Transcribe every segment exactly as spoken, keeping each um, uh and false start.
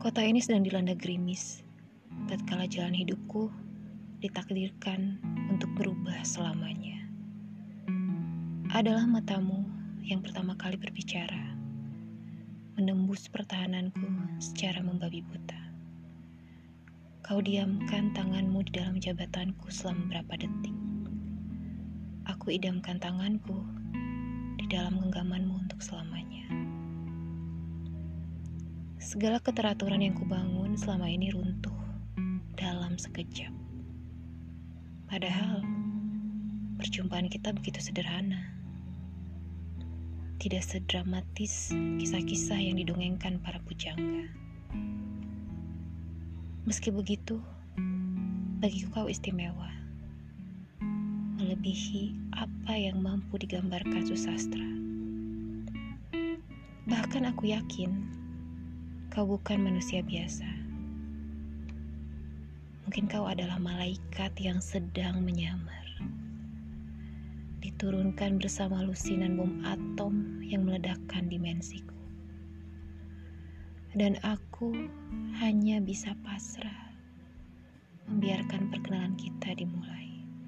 Kota ini sedang dilanda gerimis, tatkala jalan hidupku ditakdirkan untuk berubah selamanya. Adalah matamu yang pertama kali berbicara, menembus pertahananku secara membabi buta. Kau diamkan tanganmu di dalam jabatanku selama beberapa detik. Aku idamkan tanganku di dalam genggamanmu untuk selamanya. Segala keteraturan yang kubangun selama ini runtuh dalam sekejap. Padahal, perjumpaan kita begitu sederhana. Tidak sedramatis kisah-kisah yang didongengkan para pujangga. Meski begitu, bagiku kau istimewa. Melebihi apa yang mampu digambarkan susastra. Bahkan aku yakin kau bukan manusia biasa. Mungkin kau adalah malaikat yang sedang menyamar. Diturunkan bersama lusinan bom atom yang meledakkan dimensiku. Dan aku hanya bisa pasrah membiarkan perkenalan kita dimulai.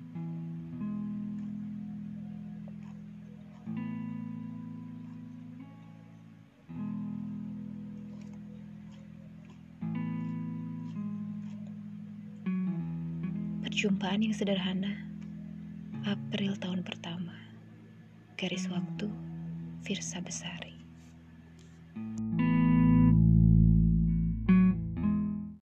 Perjumpaan yang sederhana, April tahun pertama. Garis waktu, Firsa Besari.